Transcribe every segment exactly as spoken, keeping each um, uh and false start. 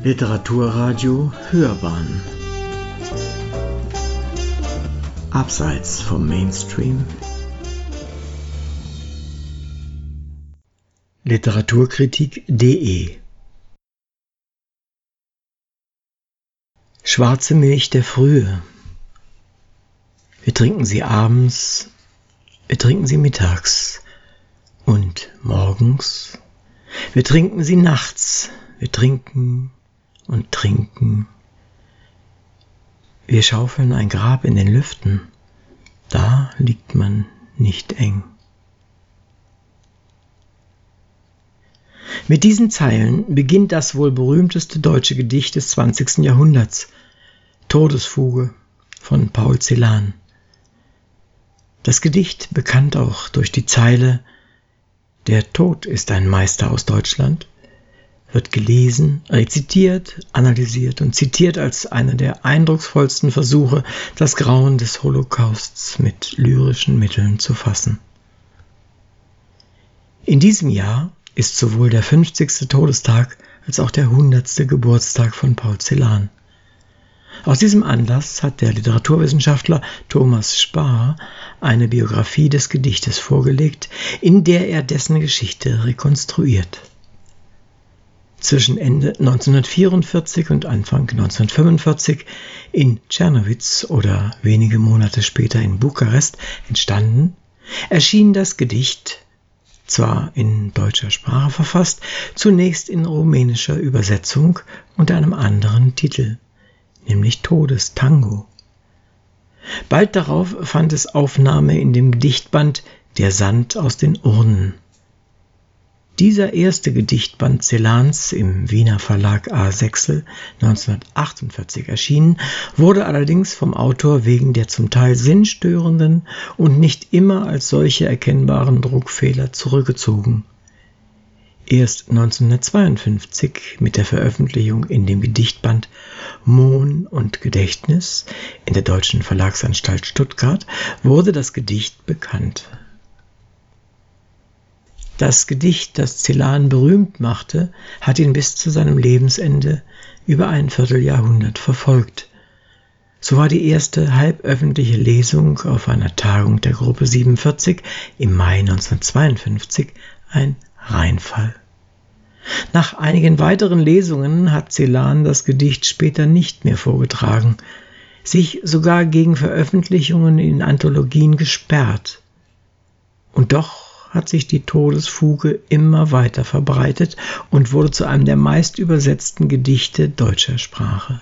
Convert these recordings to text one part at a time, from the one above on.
Literaturradio Hörbahn Abseits vom Mainstream. Literaturkritik punkt de Schwarze Milch der Frühe. Wir trinken sie abends, wir trinken sie mittags und morgens. Wir trinken sie nachts, wir trinken und trinken. Wir schaufeln ein Grab in den Lüften, da liegt man nicht eng. Mit diesen Zeilen beginnt das wohl berühmteste deutsche Gedicht des zwanzigsten Jahrhunderts, Todesfuge von Paul Celan. Das Gedicht, bekannt auch durch die Zeile »Der Tod ist ein Meister aus Deutschland«, wird gelesen, rezitiert, analysiert und zitiert als einer der eindrucksvollsten Versuche, das Grauen des Holocausts mit lyrischen Mitteln zu fassen. In diesem Jahr ist sowohl der fünfzigste Todestag als auch der hundertste Geburtstag von Paul Celan. Aus diesem Anlass hat der Literaturwissenschaftler Thomas Spahr eine Biografie des Gedichtes vorgelegt, in der er dessen Geschichte rekonstruiert. Zwischen Ende neunzehnhundertvierundvierzig und Anfang neunzehnhundertfünfundvierzig in Czernowitz oder wenige Monate später in Bukarest entstanden, erschien das Gedicht, zwar in deutscher Sprache verfasst, zunächst in rumänischer Übersetzung unter einem anderen Titel, nämlich Todestango. Bald darauf fand es Aufnahme in dem Gedichtband Der Sand aus den Urnen. Dieser erste Gedichtband Celans, im Wiener Verlag A. Sechsel, neunzehnhundertachtundvierzig erschienen, wurde allerdings vom Autor wegen der zum Teil sinnstörenden und nicht immer als solche erkennbaren Druckfehler zurückgezogen. Erst neunzehnhundertzweiundfünfzig mit der Veröffentlichung in dem Gedichtband Mohn und Gedächtnis in der Deutschen Verlagsanstalt Stuttgart wurde das Gedicht bekannt. Das Gedicht, das Celan berühmt machte, hat ihn bis zu seinem Lebensende über ein Vierteljahrhundert verfolgt. So war die erste halböffentliche Lesung auf einer Tagung der Gruppe siebenundvierzig im Mai neunzehnhundertzweiundfünfzig ein Reinfall. Nach einigen weiteren Lesungen hat Celan das Gedicht später nicht mehr vorgetragen, sich sogar gegen Veröffentlichungen in Anthologien gesperrt. Und doch hat sich die Todesfuge immer weiter verbreitet und wurde zu einem der meist übersetzten Gedichte deutscher Sprache.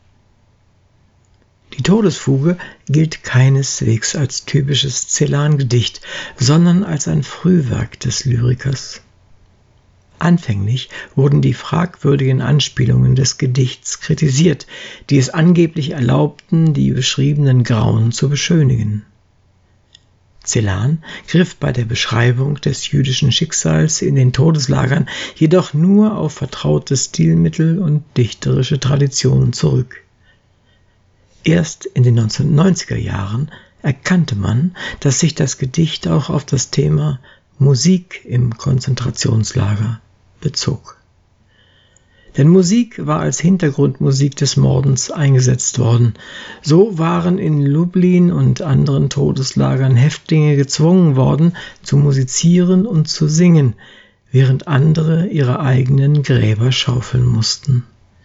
Die Todesfuge gilt keineswegs als typisches Celan-Gedicht, sondern als ein Frühwerk des Lyrikers. Anfänglich wurden die fragwürdigen Anspielungen des Gedichts kritisiert, die es angeblich erlaubten, die beschriebenen Grauen zu beschönigen. Celan griff bei der Beschreibung des jüdischen Schicksals in den Todeslagern jedoch nur auf vertraute Stilmittel und dichterische Traditionen zurück. Erst in den neunzehnhundertneunziger Jahren erkannte man, dass sich das Gedicht auch auf das Thema Musik im Konzentrationslager bezog. Denn Musik war als Hintergrundmusik des Mordens eingesetzt worden. So waren in Lublin und anderen Todeslagern Häftlinge gezwungen worden, zu musizieren und zu singen, während andere ihre eigenen Gräber schaufeln mussten.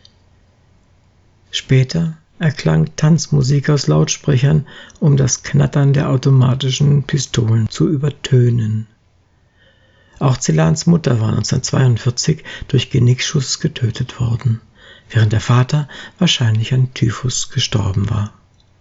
Später erklang Tanzmusik aus Lautsprechern, um das Knattern der automatischen Pistolen zu übertönen. Auch Celans Mutter war neunzehnhundertzweiundvierzig durch Genickschuss getötet worden, während der Vater wahrscheinlich an Typhus gestorben war.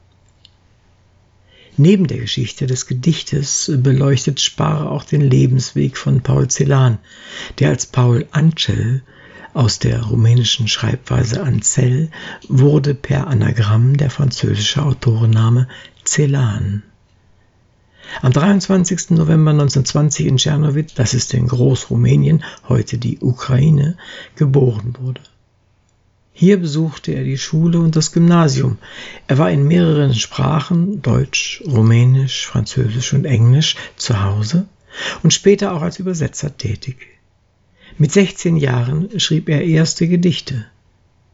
Neben der Geschichte des Gedichtes beleuchtet Spahr auch den Lebensweg von Paul Celan, der als Paul Ancel aus der rumänischen Schreibweise Ancel wurde per Anagramm der französische Autorenname Celan. Am dreiundzwanzigsten November neunzehnhundertzwanzig in Czernowitz, das ist in Großrumänien, heute die Ukraine, geboren wurde. Hier besuchte er die Schule und das Gymnasium. Er war in mehreren Sprachen, Deutsch, Rumänisch, Französisch und Englisch, zu Hause und später auch als Übersetzer tätig. Mit sechzehn Jahren schrieb er erste Gedichte.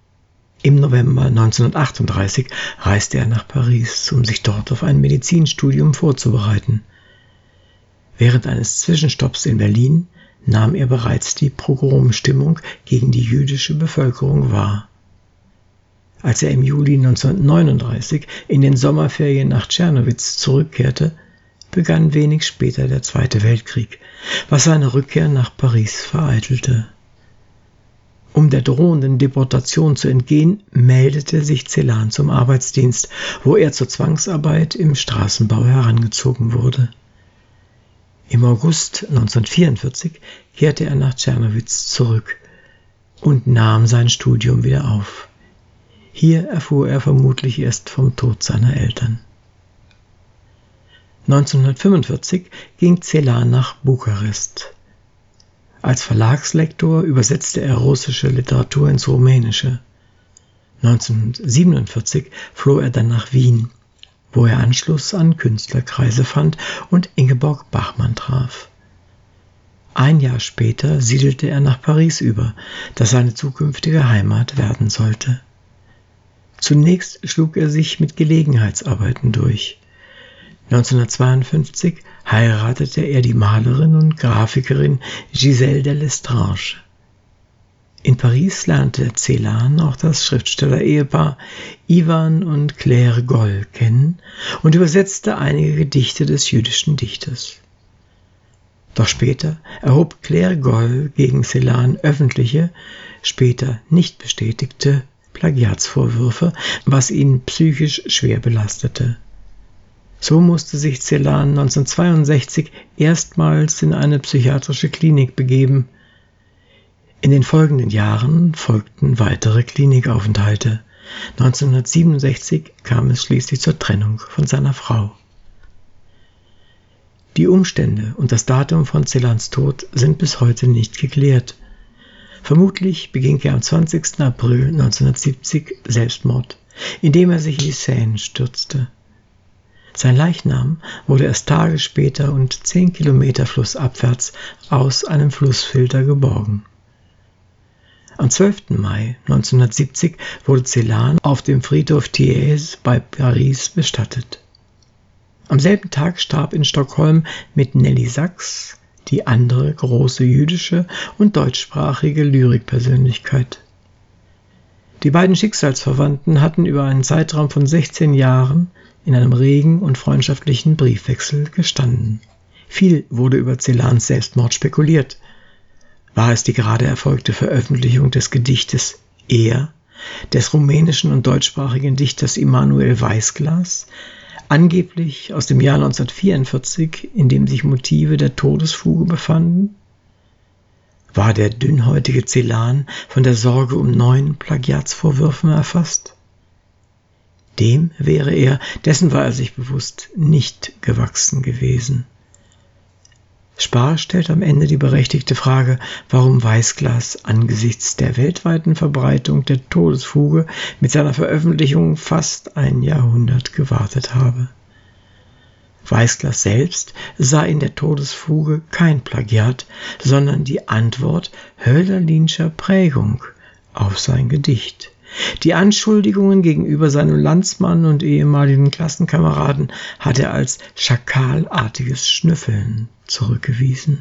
Im November neunzehnhundertachtunddreißig reiste er nach Paris, um sich dort auf ein Medizinstudium vorzubereiten. Während eines Zwischenstopps in Berlin nahm er bereits die Pogromstimmung gegen die jüdische Bevölkerung wahr. Als er im Juli neunzehnhundertneununddreißig in den Sommerferien nach Czernowitz zurückkehrte, begann wenig später der Zweite Weltkrieg, was seine Rückkehr nach Paris vereitelte. Um der drohenden Deportation zu entgehen, meldete sich Celan zum Arbeitsdienst, wo er zur Zwangsarbeit im Straßenbau herangezogen wurde. Im August neunzehnhundertvierundvierzig kehrte er nach Czernowitz zurück und nahm sein Studium wieder auf. Hier erfuhr er vermutlich erst vom Tod seiner Eltern. neunzehnhundertfünfundvierzig ging Celan nach Bukarest. Als Verlagslektor übersetzte er russische Literatur ins Rumänische. neunzehnhundertsiebenundvierzig floh er dann nach Wien, wo er Anschluss an Künstlerkreise fand und Ingeborg Bachmann traf. Ein Jahr später siedelte er nach Paris über, das seine zukünftige Heimat werden sollte. Zunächst schlug er sich mit Gelegenheitsarbeiten durch. neunzehnhundertzweiundfünfzig heiratete er die Malerin und Grafikerin Gisèle de Lestrange. In Paris lernte Celan auch das Schriftsteller-Ehepaar Iwan und Claire Goll kennen und übersetzte einige Gedichte des jüdischen Dichters. Doch später erhob Claire Goll gegen Celan öffentliche, später nicht bestätigte Plagiatsvorwürfe, was ihn psychisch schwer belastete. So musste sich Celan neunzehnhundertzweiundsechzig erstmals in eine psychiatrische Klinik begeben. In den folgenden Jahren folgten weitere Klinikaufenthalte. neunzehnhundertsiebenundsechzig kam es schließlich zur Trennung von seiner Frau. Die Umstände und das Datum von Celans Tod sind bis heute nicht geklärt. Vermutlich beging er am zwanzigsten April neunzehnhundertsiebzig Selbstmord, indem er sich in die Seine stürzte. Sein Leichnam wurde erst Tage später und zehn Kilometer flussabwärts aus einem Flussfilter geborgen. Am zwölften Mai neunzehnhundertsiebzig wurde Celan auf dem Friedhof Thiers bei Paris bestattet. Am selben Tag starb in Stockholm mit Nelly Sachs die andere große jüdische und deutschsprachige Lyrikpersönlichkeit. Die beiden Schicksalsverwandten hatten über einen Zeitraum von sechzehn Jahren in einem regen und freundschaftlichen Briefwechsel gestanden. Viel wurde über Celans Selbstmord spekuliert. War es die gerade erfolgte Veröffentlichung des Gedichtes Er, des rumänischen und deutschsprachigen Dichters Immanuel Weißglas, angeblich aus dem Jahr neunzehnhundertvierundvierzig, in dem sich Motive der Todesfuge befanden? War der dünnhäutige Celan von der Sorge um neuen Plagiatsvorwürfen erfasst? Dem wäre er, dessen war er sich bewusst, nicht gewachsen gewesen. Spar stellt am Ende die berechtigte Frage, warum Weißglas angesichts der weltweiten Verbreitung der Todesfuge mit seiner Veröffentlichung fast ein Jahrhundert gewartet habe. Weißglas selbst sah in der Todesfuge kein Plagiat, sondern die Antwort hölderlinscher Prägung auf sein Gedicht. Die Anschuldigungen gegenüber seinem Landsmann und ehemaligen Klassenkameraden hat er als schakalartiges Schnüffeln zurückgewiesen.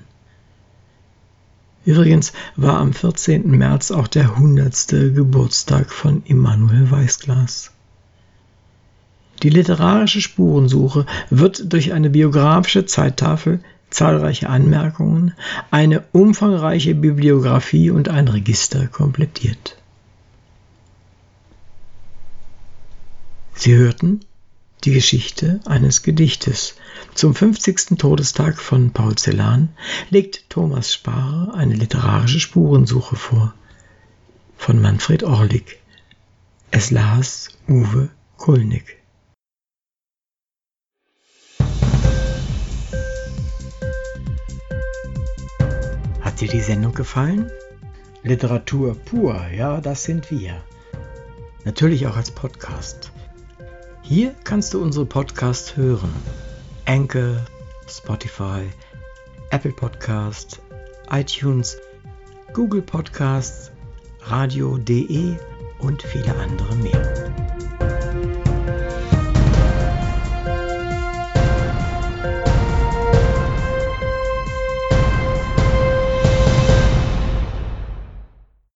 Übrigens war am vierzehnten März auch der hundertste Geburtstag von Immanuel Weißglas. Die literarische Spurensuche wird durch eine biografische Zeittafel, zahlreiche Anmerkungen, eine umfangreiche Bibliografie und ein Register komplettiert. Sie hörten die Geschichte eines Gedichtes. Zum fünfzigsten Todestag von Paul Celan legt Thomas Spar eine literarische Spurensuche vor. Von Manfred Orlik. Es las Uwe Kulnig. Hat dir die Sendung gefallen? Literatur pur, ja, das sind wir. Natürlich auch als Podcast. Hier kannst du unsere Podcasts hören. Anchor, Spotify, Apple Podcast, iTunes, Google Podcasts, radio punkt de und viele andere mehr.